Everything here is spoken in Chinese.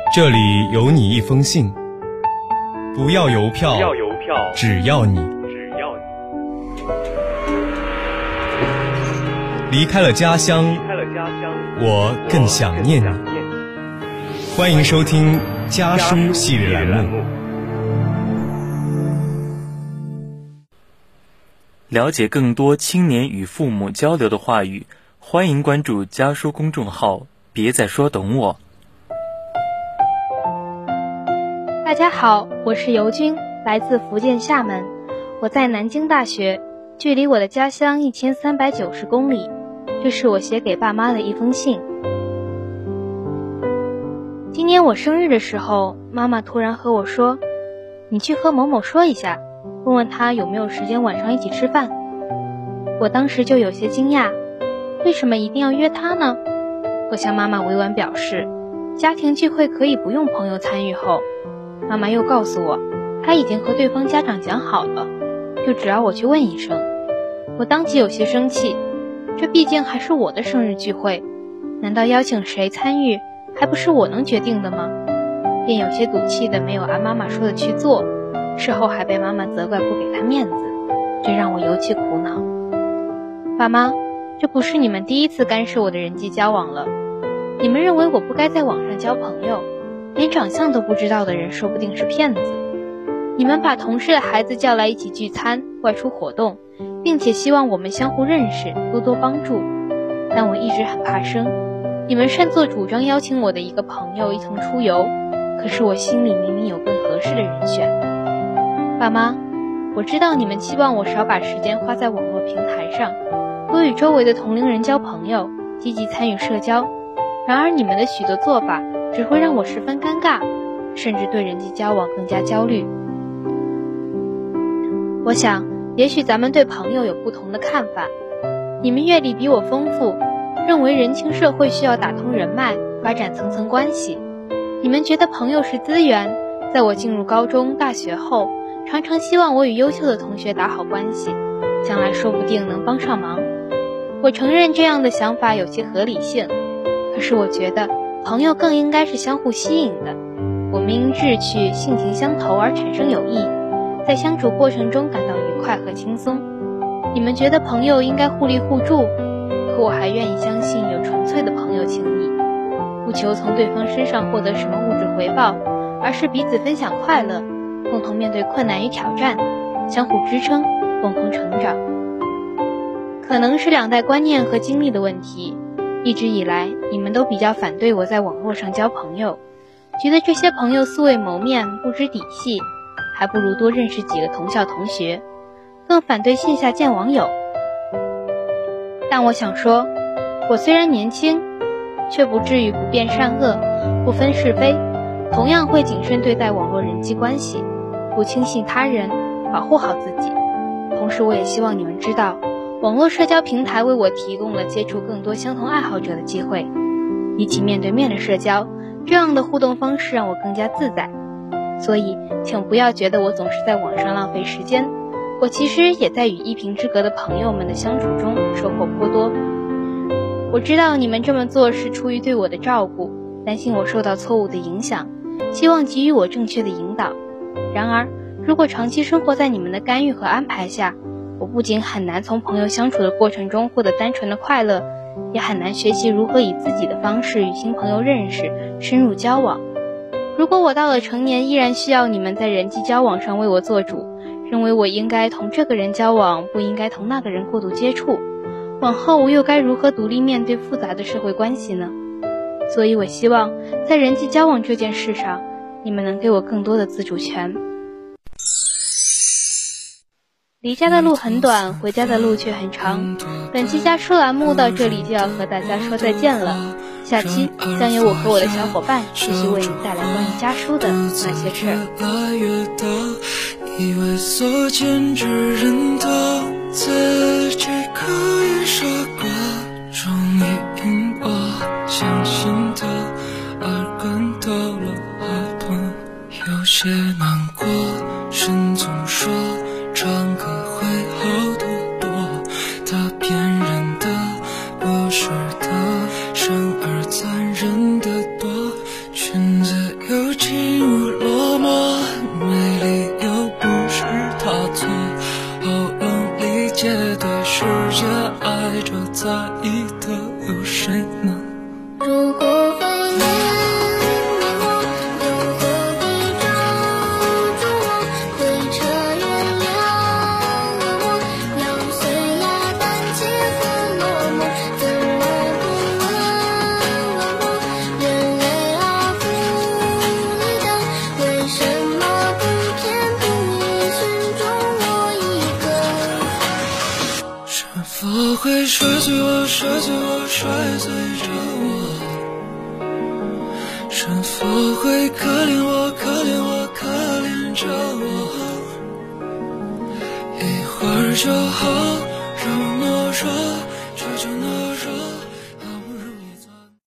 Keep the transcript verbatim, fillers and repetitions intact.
这里有你一封信，不要邮票， 不要邮票， 只要你， 只要你离开了家乡， 离开了家乡， 我更想念你。欢迎收听家书系列栏目。 了解更多青年与父母交流的话语，欢迎关注家书公众号，别再说懂我。 大家好，我是尤军，来自福建厦门。我在南京大学，距离我的家乡一千三百九十公里。这是我写给爸妈的一封信。今年我生日的时候，妈妈突然和我说，你去和某某说一下，问问他有没有时间晚上一起吃饭。我当时就有些惊讶，为什么一定要约他呢？我向妈妈委婉表示，家庭聚会可以不用朋友参与后，妈妈又告诉我，她已经和对方家长讲好了，就只要我去问一声。我当即有些生气，这毕竟还是我的生日聚会，难道邀请谁参与还不是我能决定的吗？便有些赌气的没有按妈妈说的去做，事后还被妈妈责怪不给她面子，这让我尤其苦恼。爸妈，这不是你们第一次干涉我的人际交往了。你们认为我不该在网上交朋友，连长相都不知道的人说不定是骗子。你们把同事的孩子叫来一起聚餐、外出活动，并且希望我们相互认识，多多帮助。但我一直很怕生，你们擅作主张邀请我的一个朋友一同出游，可是我心里明明有更合适的人选。爸妈，我知道你们期望我少把时间花在网络平台上，多与周围的同龄人交朋友，积极参与社交。然而你们的许多做法只会让我十分尴尬，甚至对人际交往更加焦虑。我想也许咱们对朋友有不同的看法，你们阅历比我丰富，认为人情社会需要打通人脉，发展层层关系。你们觉得朋友是资源，在我进入高中、大学后，常常希望我与优秀的同学打好关系，将来说不定能帮上忙。我承认这样的想法有些合理性，可是我觉得朋友更应该是相互吸引的，我们因志趣、性情相投而产生友谊，在相处过程中感到愉快和轻松。你们觉得朋友应该互利互助，可我还愿意相信有纯粹的朋友情谊，不求从对方身上获得什么物质回报，而是彼此分享快乐，共同面对困难与挑战，相互支撑，共同成长。可能是两代观念和经历的问题，一直以来你们都比较反对我在网络上交朋友，觉得这些朋友素未谋面，不知底细，还不如多认识几个同校同学，更反对线下见网友。但我想说，我虽然年轻，却不至于不辨善恶，不分是非，同样会谨慎对待网络人际关系，不轻信他人，保护好自己。同时我也希望你们知道，网络社交平台为我提供了接触更多相同爱好者的机会，比起面对面的社交，这样的互动方式让我更加自在。所以请不要觉得我总是在网上浪费时间，我其实也在与一平之隔的朋友们的相处中收获颇多。我知道你们这么做是出于对我的照顾，担心我受到错误的影响，希望给予我正确的引导。然而如果长期生活在你们的干预和安排下，我不仅很难从朋友相处的过程中获得单纯的快乐，也很难学习如何以自己的方式与新朋友认识，深入交往。如果我到了成年依然需要你们在人际交往上为我做主，认为我应该同这个人交往，不应该同那个人过度接触，往后我又该如何独立面对复杂的社会关系呢？所以我希望在人际交往这件事上，你们能给我更多的自主权。离家的路很短，回家的路却很长。本期家书栏目到这里就要和大家说再见了，下期将由我和我的小伙伴继续为你带来关于家书的那些事儿。 以为所见之人都自己可以傻瓜，终于因我相信的而感到了害怕，有些难过，神总说唱歌会好得多，他骗人的不是的，善而残忍的多，裙子意的有谁呢？ 如果会原谅我，又何必抓住我，回车原谅我，让岁月淡尽和落寞，怎么不问问我？人类而不离的，为什么不偏不倚，选中我一个？ 是否会摔碎我，摔碎我，摔碎着我？是否会可怜我，可怜我，可怜着我？一会儿就好，让我懦弱，这就懦弱。